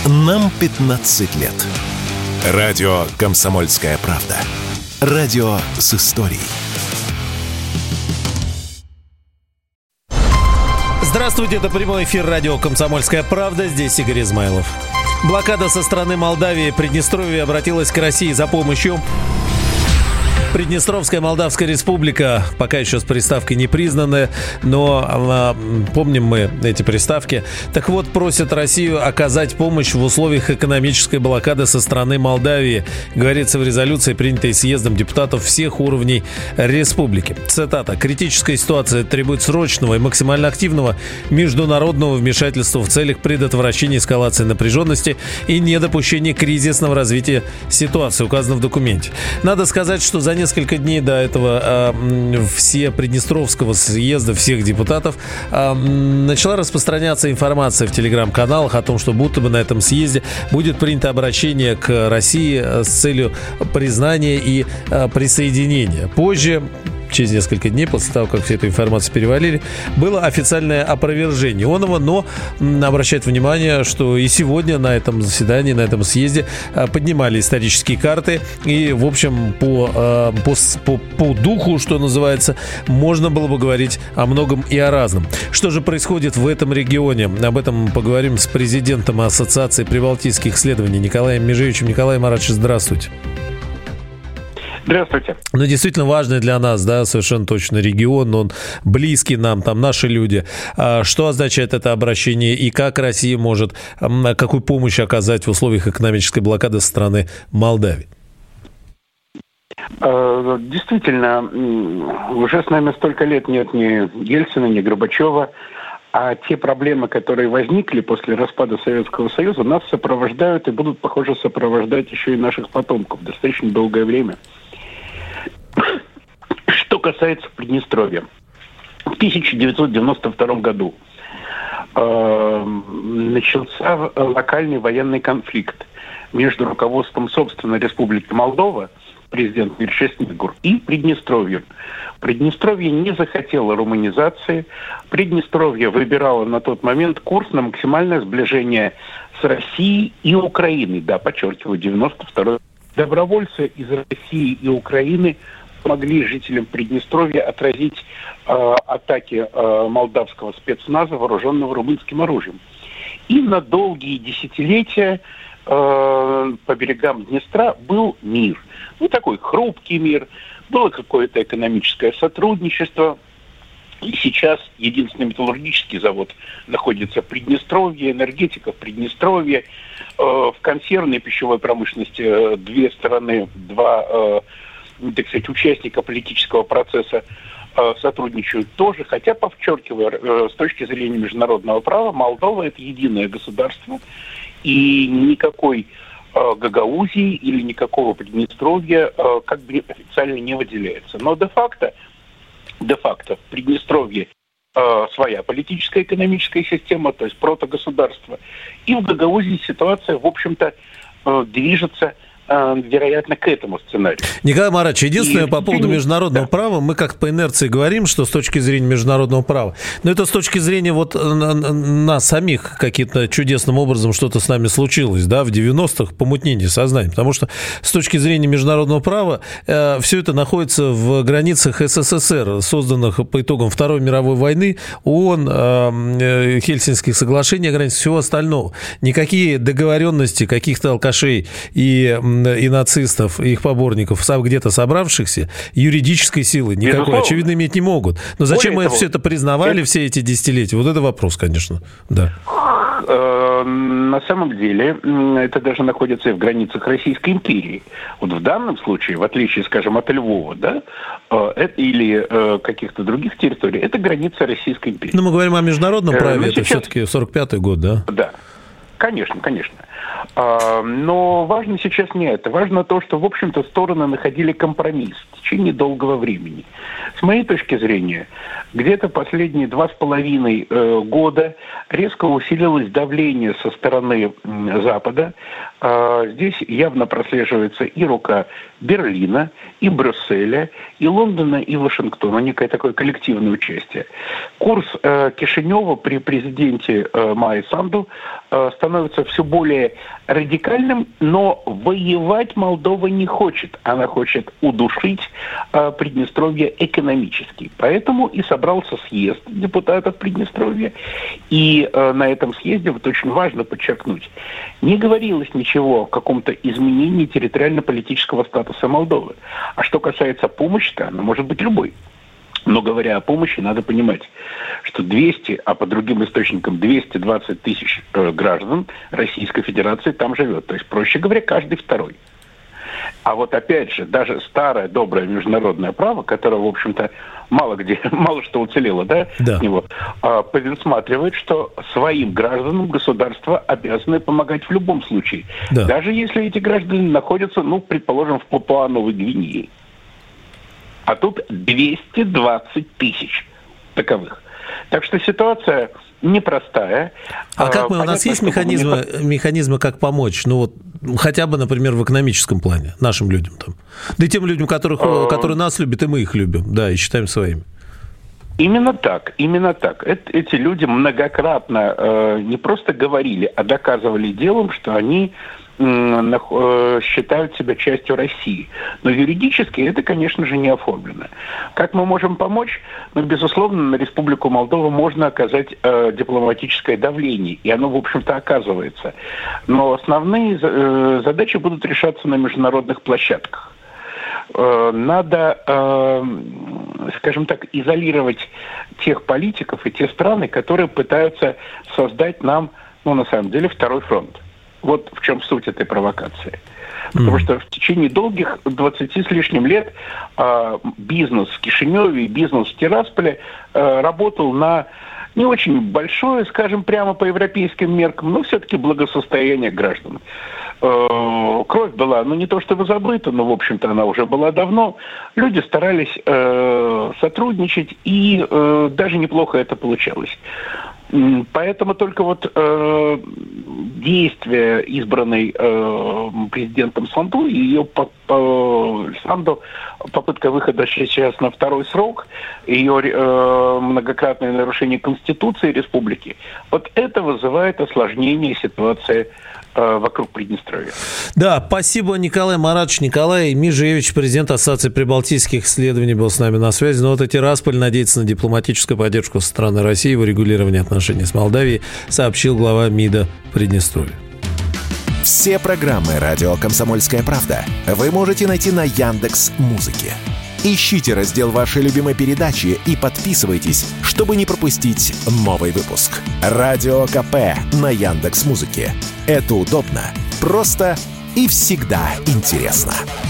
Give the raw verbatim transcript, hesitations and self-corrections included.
Нам пятнадцать лет. Радио «Комсомольская правда». Радио с историей. Здравствуйте, это прямой эфир радио «Комсомольская правда». Здесь Игорь Измайлов. Блокада со стороны Молдавии. Приднестровье обратилась к России за помощью. Приднестровская Молдавская Республика, пока еще с приставкой не признанная, но э, помним мы эти приставки. Так вот, просят Россию оказать помощь в условиях экономической блокады со стороны Молдавии, говорится в резолюции, принятой съездом депутатов всех уровней республики. Цитата. «Критическая ситуация требует срочного и максимально активного международного вмешательства в целях предотвращения эскалации напряженности и недопущения кризисного развития ситуации», указано в документе. Надо сказать, что за несколько дней до этого э, все Приднестровского съезда всех депутатов э, начала распространяться информация в телеграм-каналах о том, что будто бы на этом съезде будет принято обращение к России с целью признания и э, присоединения. Позже, через несколько дней после того, как всю эту информацию перевалили, было официальное опровержение онова, но обращает внимание, что и сегодня на этом заседании, на этом съезде поднимали исторические карты, и, в общем, по, по, по, по духу, что называется, можно было бы говорить о многом и о разном. Что же происходит в этом регионе? Об этом поговорим с президентом Ассоциации прибалтийских исследований Николаем Межевичем. Николай Маратович, здравствуйте. Здравствуйте. Ну, действительно важный для нас, да, совершенно точно регион, он близкий нам, там наши люди. А что означает это обращение и как Россия может, какую помощь оказать в условиях экономической блокады со стороны Молдавии? Действительно, уже с нами столько лет нет ни Ельцина, ни Горбачева, а те проблемы, которые возникли после распада Советского Союза, нас сопровождают и будут, похоже, сопровождать еще и наших потомков достаточно долгое время. Что касается Приднестровья. В тысяча девятьсот девяносто втором году э, начался локальный военный конфликт между руководством, собственно, Республики Молдова, президент Мирча Снегур, и Приднестровьем. Приднестровье не захотело румынизации. Приднестровье выбирало на тот момент курс на максимальное сближение с Россией и Украиной. Да, подчеркиваю, девяносто второй. Добровольцы из России и Украины помогли жителям Приднестровья отразить э, атаки э, молдавского спецназа, вооруженного румынским оружием. И на долгие десятилетия э, по берегам Днестра был мир. Ну, такой хрупкий мир. Было какое-то экономическое сотрудничество. И сейчас единственный металлургический завод находится в Приднестровье, энергетика в Приднестровье. Э, в консервной пищевой промышленности э, две стороны, два, э, так сказать, участника политического процесса э, сотрудничают тоже. Хотя, подчеркиваю, э, с точки зрения международного права, Молдова – это единое государство. И никакой э, Гагаузии или никакого Приднестровья э, как бы официально не выделяется. Но де-факто де-факто в Приднестровье э, своя политическая экономическая система, то есть протогосударство. И в Гагаузии ситуация, в общем-то, э, движется, э, вероятно, к этому сценарию. Николай Маратович, единственное, и, по поводу и, международного да. права, мы как по инерции говорим, что с точки зрения международного права, но это с точки зрения вот нас самих каким-то чудесным образом что-то с нами случилось, да, в девяностых, помутнение сознания, потому что с точки зрения международного права э, все это находится в границах СССР, созданных по итогам Второй мировой войны, ООН, э, Хельсинских соглашений, границ, всего остального. Никакие договоренности каких-то алкашей и, и нацистов, и их поборников, где-то собравшихся, юридической силы никакой, безусловно, очевидно, иметь не могут. Но зачем мы все это признавали, это... все эти десятилетия? Вот это вопрос, конечно. Да. На самом деле, это даже находится и в границах Российской империи. Вот в данном случае, в отличие, скажем, от Львова, да, или каких-то других территорий, это граница Российской империи. Но мы говорим о международном праве, Но это сейчас... все-таки сорок пятый год, да? Да, конечно, конечно. Но важно сейчас не это. Важно то, что, в общем-то, стороны находили компромисс в течение долгого времени. С моей точки зрения, где-то последние два с половиной э, года резко усилилось давление со стороны э, Запада. Э, здесь явно прослеживается и рука Берлина, и Брюсселя, и Лондона, и Вашингтона. Некое такое коллективное участие. Курс э, Кишинева при президенте э, Майе Санду становится все более радикальным, но воевать Молдова не хочет. Она хочет удушить Приднестровье экономически. Поэтому и собрался съезд депутатов Приднестровья. И на этом съезде, вот очень важно подчеркнуть, не говорилось ничего о каком-то изменении территориально-политического статуса Молдовы. А что касается помощи, то она может быть любой. Но говоря о помощи, надо понимать, что двести, а по другим источникам двести двадцать тысяч э, граждан Российской Федерации там живет. То есть, проще говоря, каждый второй. А вот опять же, даже старое доброе международное право, которое, в общем-то, мало где, мало что уцелело, да, да. от него, э, предусматривает, что своим гражданам государство обязано помогать в любом случае. Да. Даже если эти граждане находятся, ну, предположим, в Папуа-Новой Гвинее. А тут двести двадцать тысяч таковых. Так что ситуация непростая. А как мы, у нас есть механизмы, не... механизмы, как помочь? Ну вот хотя бы, например, в экономическом плане нашим людям там. Да и тем людям, которых, а... которые нас любят, и мы их любим, да, и считаем своими. Именно так, именно так. Это, эти люди многократно э, не просто говорили, а доказывали делом, что они считают себя частью России. Но юридически это, конечно же, не оформлено. Как мы можем помочь? Ну, безусловно, на Республику Молдова можно оказать э, дипломатическое давление, и оно, в общем-то, оказывается. Но основные э, задачи будут решаться на международных площадках. Э, надо, э, скажем так, изолировать тех политиков и те страны, которые пытаются создать нам, ну, на самом деле, второй фронт. Вот в чем суть этой провокации. Потому что в течение долгих двадцати с лишним лет э, бизнес в Кишиневе, бизнес в Тирасполе э, работал на не очень большое, скажем, прямо по европейским меркам, но все-таки благосостояние граждан. Э, кровь была, ну не то чтобы забыта, но, в общем-то, она уже была давно. Люди старались э, сотрудничать, и э, даже неплохо это получалось. Поэтому только вот э, действия, избранной э, президентом Санду, и ее по, по, Санду, попытка выхода сейчас на второй срок, ее э, многократное нарушение Конституции Республики, вот это вызывает осложнение ситуации э, вокруг Приднестровья. Да, спасибо, Николай Маратович. Николай Межевич, президент Ассоциации прибалтийских исследований, был с нами на связи. Но вот эти Тирасполь надеется на дипломатическую поддержку со стороны России в урегулировании отношений с Молдавией, сообщил глава МИДа Приднестровья. Все программы «Радио Комсомольская правда» вы можете найти на Яндекс.Музыке. Ищите раздел вашей любимой передачи и подписывайтесь, чтобы не пропустить новый выпуск. Радио КП на Яндекс.Музыке. Это удобно, просто и всегда интересно.